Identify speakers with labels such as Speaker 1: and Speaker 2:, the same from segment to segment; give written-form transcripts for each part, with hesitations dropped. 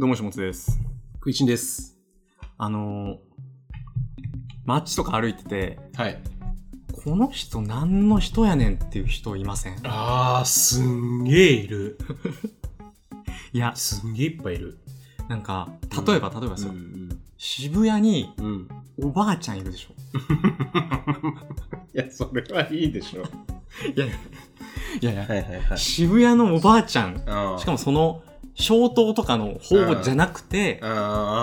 Speaker 1: どうもしもつです。
Speaker 2: 食いちんです。
Speaker 1: 街とか歩いてて、
Speaker 2: はい。
Speaker 1: この人何の人やねんっていう人いません？
Speaker 2: すんげえいる。
Speaker 1: いや、
Speaker 2: すんげえいっぱいいる。
Speaker 1: なんか、例えばですよ、渋谷に、おばあちゃんいるでしょ。
Speaker 2: いや、それはいいでしょ。
Speaker 1: いや、渋谷のおばあちゃん、しかもその、小東とかの方じゃなくて、
Speaker 2: 小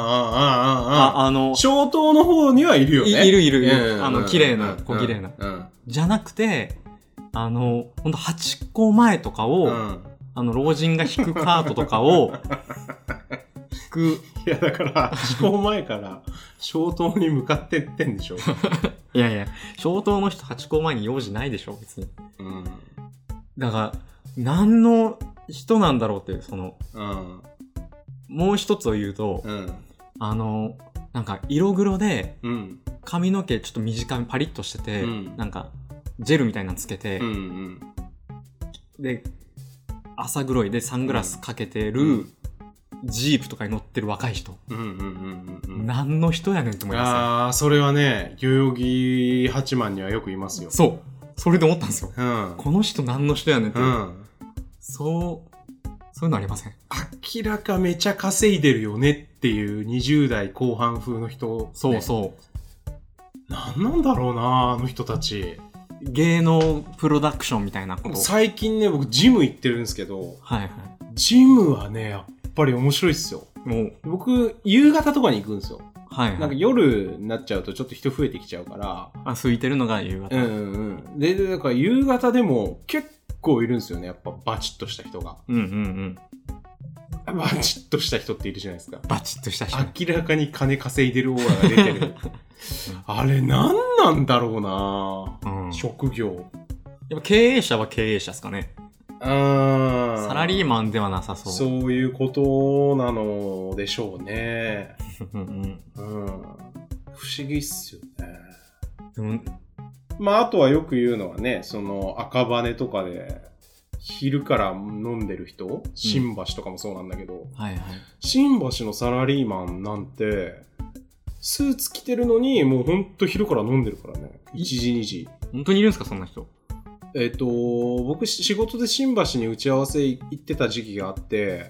Speaker 2: 東の方にはいるよね。
Speaker 1: いる。綺麗な、小綺麗な。じゃなくて、ほんと、ハチ公前とかを、老人が引くカートとかを、引く。
Speaker 2: いや、だから、ハチ公前から、小東に向かってってんでしょ。
Speaker 1: いや、小東の人、ハチ公前に用事ないでしょ、別に。だから、何の人なんだろうっていう、もう一つを言うと、なんか色黒で、髪の毛ちょっと短めパリッとしてて、なんかジェルみたいなのつけて、で、朝黒いでサングラスかけてる、ジープとかに乗ってる若い人。何の人やねんと思います。
Speaker 2: それはね、代々木八幡にはよくいますよ。
Speaker 1: そう。それで思ったんですよ。この人何の人やねんって。そういうのありません？
Speaker 2: 明らかめちゃ稼いでるよねっていう20代後半風の人、ね。
Speaker 1: そう。
Speaker 2: 何なんだろうな、あの人たち。
Speaker 1: 芸能プロダクションみたいなこと。
Speaker 2: 最近ね、僕ジム行ってるんですけど、ジムはね、やっぱり面白いっすよ。僕、夕方とかに行くんですよ。なんか夜になっちゃうとちょっと人増えてきちゃうから。
Speaker 1: 空いてるのが夕方。
Speaker 2: で、だから夕方でも結構いるんですよね、やっぱバチッとした人が。バチッとした人っているじゃないですか。
Speaker 1: バチッとした人。
Speaker 2: 明らかに金稼いでるオーラが出てる。あれ何なんだろうな、職業。
Speaker 1: やっぱ経営者は経営者ですかね。サラリーマンではなさそう。
Speaker 2: そういうことなのでしょうね。不思議っすよね。あとはよく言うのはね、赤羽とかで昼から飲んでる人、新橋とかもそうなんだけど、新橋のサラリーマンなんてスーツ着てるのにもうほんと昼から飲んでるからね。1時2時。
Speaker 1: 本当にいるんですか、そんな人？
Speaker 2: 僕仕事で新橋に打ち合わせ行ってた時期があって、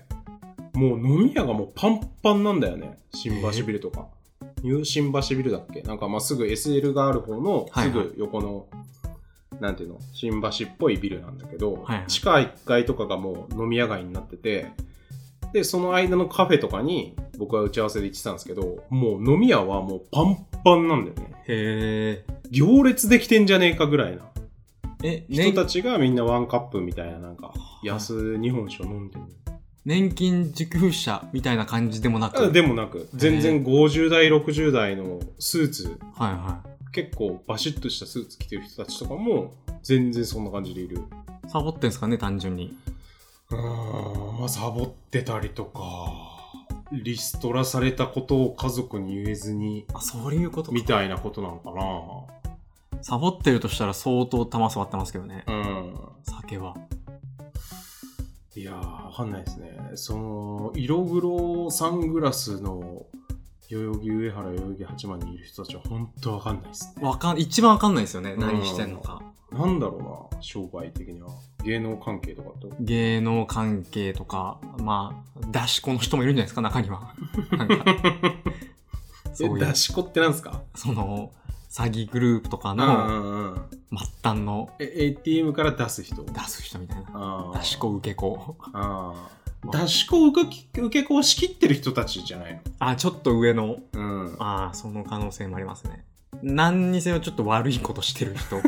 Speaker 2: もう飲み屋がもうパンパンなんだよね。新橋ビルとか。ニュー新橋ビルだっけ？なんかすぐ SL がある方のすぐ横の、なんていうの、新橋っぽいビルなんだけど、地下1階とかがもう飲み屋街になってて、で、その間のカフェとかに僕は打ち合わせで行ってたんですけど、もう飲み屋はもうパンパンなんだよね。行列できてんじゃねえかぐらいな。人たちがみんなワンカップみたいな、なんか安日本酒を飲んでる。
Speaker 1: 年金受給者みたいな感じでもなく？
Speaker 2: でもなく、全然50代60代のスーツ、結構バシッとしたスーツ着てる人たちとかも全然そんな感じでいる。
Speaker 1: サボってんすかね、単純に。
Speaker 2: サボってたりとか、リストラされたことを家族に言えずに、
Speaker 1: そういうことか
Speaker 2: みたいなことなのかな。
Speaker 1: サボってるとしたら相当玉座ってますけどね。酒は。
Speaker 2: いやー、わかんないですね。色黒サングラスの代々木上原代々木八幡にいる人たちは本当わかんないですね。
Speaker 1: 一番わかんないですよね。何してんのか。
Speaker 2: なんだろうな、商売的には。芸能関係とかと。
Speaker 1: 芸能関係とか、出し子の人もいるんじゃないですか、中には。なんか
Speaker 2: 出し子ってなんですか？
Speaker 1: 詐欺グループとかの末端の
Speaker 2: ATM から出す人
Speaker 1: みたいな。出し子受け子。
Speaker 2: 出し子受け子を仕切ってる人たちじゃない
Speaker 1: の？ちょっと上の。その可能性もありますね。何にせよちょっと悪いことしてる人。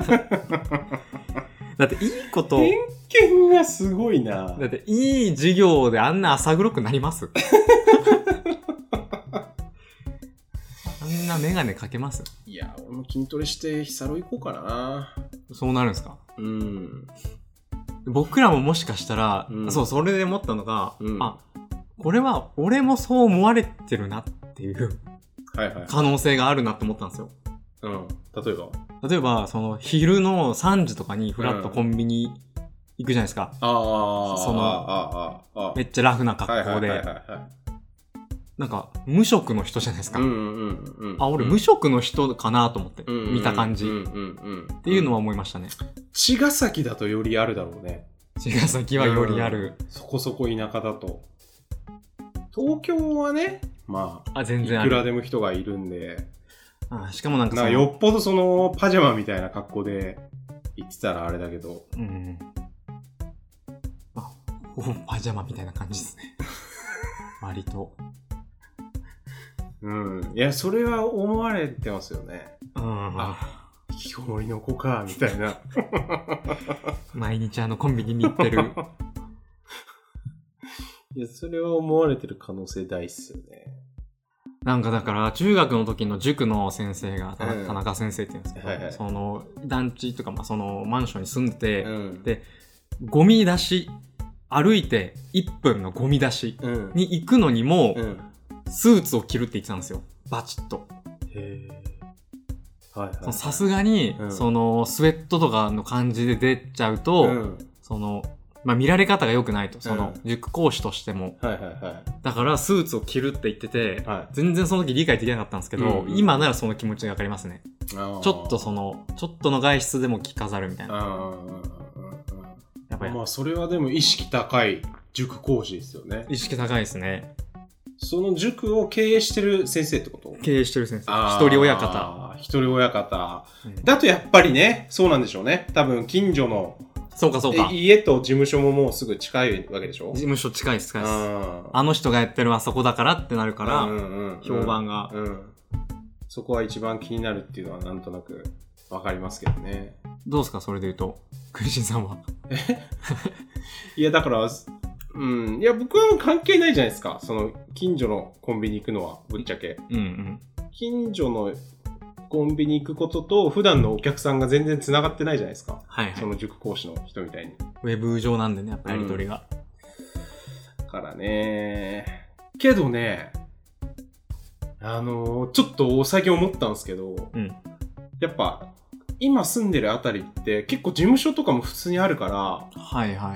Speaker 1: だっていいこと。
Speaker 2: 偏見がすごいな。
Speaker 1: だっていい授業であんな朝黒くなります？あんなメガネかけます？
Speaker 2: いや、俺も筋トレしてヒサロ行こうかな。
Speaker 1: そうなるんですか？僕らももしかしたら、それで思ったのが、これは俺もそう思われてるなっていう可能性があるなって思ったんですよ。例えば、昼の3時とかにフラッとコンビニ行くじゃないですか。めっちゃラフな格好で。 なんか無職の人じゃないですか。
Speaker 2: うんうんうん、
Speaker 1: あ、俺無職の人かなと思って、
Speaker 2: うん、
Speaker 1: 見た感じ、っていうのは思いましたね。
Speaker 2: 茅ヶ崎だとよりあるだろうね。
Speaker 1: 茅ヶ崎はよりある、
Speaker 2: そこそこ田舎だと。東京はね、まあ
Speaker 1: 全然ある。
Speaker 2: いくらでも人がいるんで。
Speaker 1: しかもなんか
Speaker 2: よっぽどそのパジャマみたいな格好で行ってたらあれだけど。
Speaker 1: うん。パジャマみたいな感じですね。割と。
Speaker 2: うん。いや、それは思われてますよね。
Speaker 1: うん。
Speaker 2: 引きこもりの子か、みたいな。
Speaker 1: 毎日コンビニに行ってる。
Speaker 2: いや、それは思われてる可能性大っすよね。
Speaker 1: なんかだから中学の時の塾の先生が田中先生って言うんですけど、はいはい、その団地とかそのマンションに住んでて、でゴミ出し歩いて1分のゴミ出しに行くのにもスーツを着るって言ってたんですよ、バチッと。さすがにそのスウェットとかの感じで出ちゃうと、その見られ方が良くないと、その塾講師としても、だからスーツを着るって言ってて、全然その時理解できなかったんですけど、今ならその気持ちがわかりますね。ちょっとの外出でも着飾るみたいな。
Speaker 2: やっぱりそれはでも意識高い塾講師ですよね。
Speaker 1: 意識高いですね。
Speaker 2: その塾を経営してる先生ってこと？
Speaker 1: 経営してる先生。一人親方。
Speaker 2: 一人親方。だとやっぱりね、そうなんでしょうね。多分近所の
Speaker 1: そうか。
Speaker 2: 家と事務所ももうすぐ近いわけでしょ？
Speaker 1: 事務所近いです。あの人がやってるあそこだからってなるから、評判が、
Speaker 2: そこは一番気になるっていうのはなんとなくわかりますけどね。
Speaker 1: どうですかそれで言うと、クリシンさんは。
Speaker 2: いやだから、いや僕は関係ないじゃないですか。その近所のコンビニ行くのはぶっちゃけ。近所のコンビニ行くことと普段のお客さんが全然繋がってないじゃないですか。その塾講師の人みたいに。
Speaker 1: ウェブ上なんでね、やっぱりやり取りが。
Speaker 2: だからね。けどね、ちょっと最近思ったんですけど、やっぱ今住んでるあたりって結構事務所とかも普通にあるから、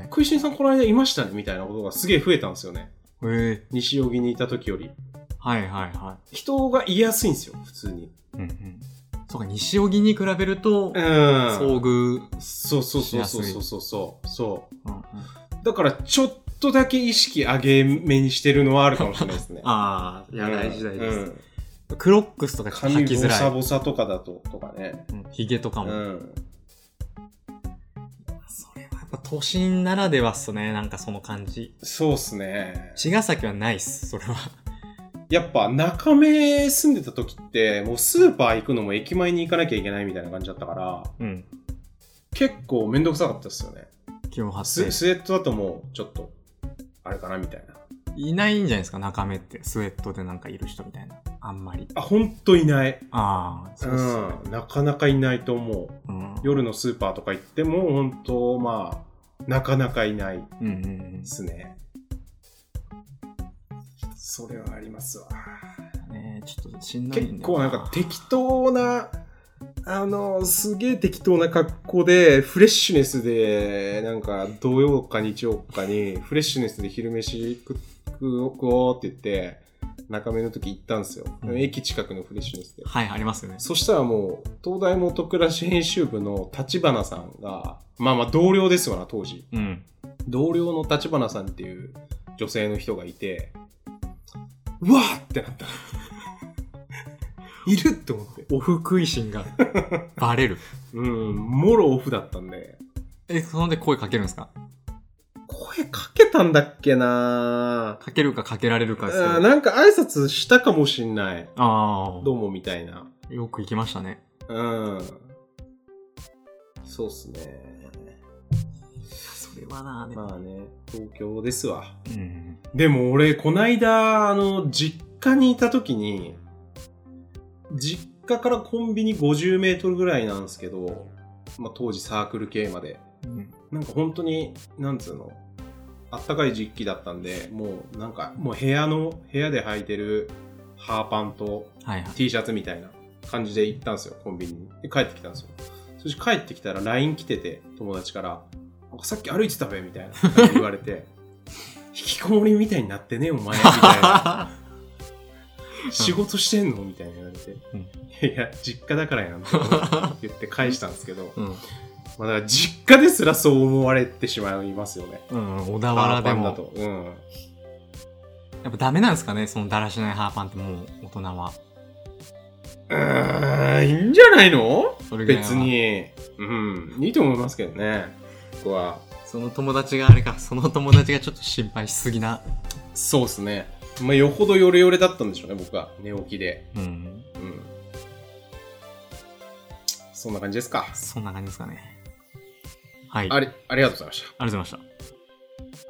Speaker 2: 食いしんさんこの間いましたねみたいなことがすげえ増えたんですよね。西荻にいた時より。人がいやすいんですよ、普通に。そうか、
Speaker 1: 西荻に比べると、遭遇しやすい。
Speaker 2: そう。だから、ちょっとだけ意識上げ目にしてるのはあるかもしれないですね。
Speaker 1: いや、大事です。クロックスとか履きづらい。
Speaker 2: 髪ボサボサとかだと、とかね。
Speaker 1: 髭とかも。それはやっぱ都心ならではっすね、なんかその感じ。
Speaker 2: そうっすね。
Speaker 1: 茅ヶ崎はないっす、それは。
Speaker 2: やっぱ中目住んでた時ってもうスーパー行くのも駅前に行かなきゃいけないみたいな感じだったから、結構めんどくさかったですよね。スウェットだともうちょっとあれかなみたいな。
Speaker 1: いないんじゃないですか、中目ってスウェットでなんかいる人みたいな。あんまり。
Speaker 2: ほんといない。
Speaker 1: そうっすね。
Speaker 2: なかなかいないと思う。夜のスーパーとか行ってもほんとなかなかいないですね。それはありますわ。
Speaker 1: ちょっとしんどいんだよな。
Speaker 2: 結構なんか適当な、すげえ適当な格好で、フレッシュネスで、なんか土曜か日曜かに、フレッシュネスで昼飯食おうって言って、中目の時行ったんですよ。駅近くのフレッシュネスで。
Speaker 1: ありますよね。
Speaker 2: そしたらもう、東大元暮らし編集部の立花さんが、同僚ですよな、当時。同僚の立花さんっていう女性の人がいて、うわーってなった。いるって思って。
Speaker 1: オフ食いしんがバレる。
Speaker 2: もろオフだったんで。
Speaker 1: そんで声かけるんですか？
Speaker 2: 声かけたんだっけな？
Speaker 1: かけるかかけられるかですけど。
Speaker 2: なんか挨拶したかもしんない。どうもみたいな。
Speaker 1: よく行きましたね。
Speaker 2: そうっすね。
Speaker 1: それはな、
Speaker 2: 東京ですわ。でも俺、こないだ、実家にいた時に、実家からコンビニ50メートルぐらいなんですけど、当時サークル系まで。なんか本当に、なんつうの、あったかい時期だったんで、もう部屋で履いてるハーパンと T シャツみたいな感じで行ったんですよ、コンビニに。で、帰ってきたんですよ。そして帰ってきたら LINE 来てて、友達から、さっき歩いてたべみたいな感じで言われて、引きこもりみたいになってね、お前、みたいな。 仕事してんのみたいに言われて、いや実家だからやんって言って返したんですけど、まあ、だから実家ですらそう思われてしまいますよね。
Speaker 1: 小田原でも
Speaker 2: だと、
Speaker 1: やっぱダメなんですかね、そのだらしないハーパンって。もう大人は。
Speaker 2: いいんじゃないの？別に。いいと思いますけどね。僕は。
Speaker 1: その友達があれか、その友達がちょっと心配しすぎな。
Speaker 2: そうっすね。まあ、よほどヨレヨレだったんでしょうね、僕は。寝起きで。そんな感じですか。
Speaker 1: そんな感じですかね。はい。
Speaker 2: ありがとうございました。
Speaker 1: ありがとうございました。